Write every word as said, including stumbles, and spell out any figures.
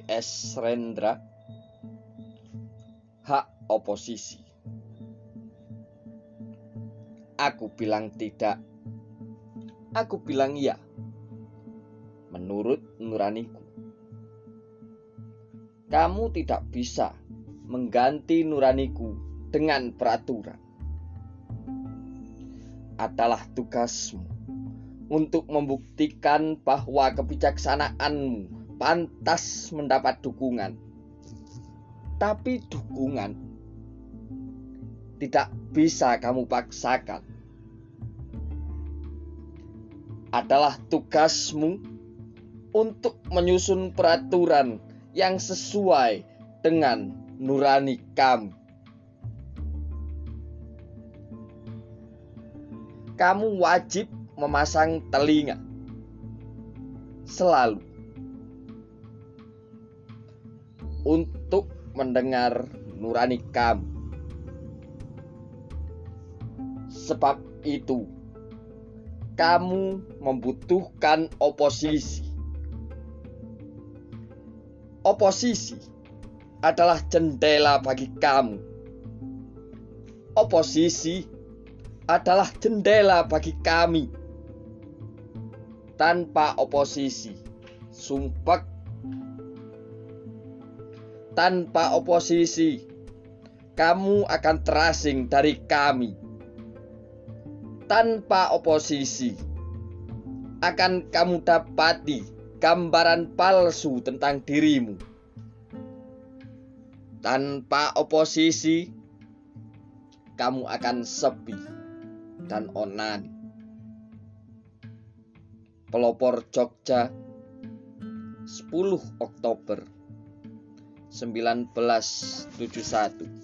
B S Rendra. Hak oposisi. Aku bilang tidak. Aku bilang iya. Menurut nuraniku. Kamu tidak bisa mengganti nuraniku dengan peraturan. Adalah tugasmu untuk membuktikan bahwa kebijaksanaanmu pantas mendapat dukungan. Tapi dukungan tidak bisa kamu paksakan. Adalah tugasmu untuk menyusun peraturan yang sesuai dengan nurani kamu. Kamu wajib memasang telinga selalu untuk mendengar nurani kamu. Sebab itu, kamu membutuhkan oposisi. Oposisi adalah jendela bagi kamu. Oposisi adalah jendela bagi kami. Tanpa oposisi, sumpek. Tanpa oposisi, kamu akan terasing dari kami. Tanpa oposisi, akan kamu dapati gambaran palsu tentang dirimu. Tanpa oposisi, kamu akan sepi dan onani. Pelopor Jogja, sepuluh Oktober seribu sembilan ratus tujuh puluh satu.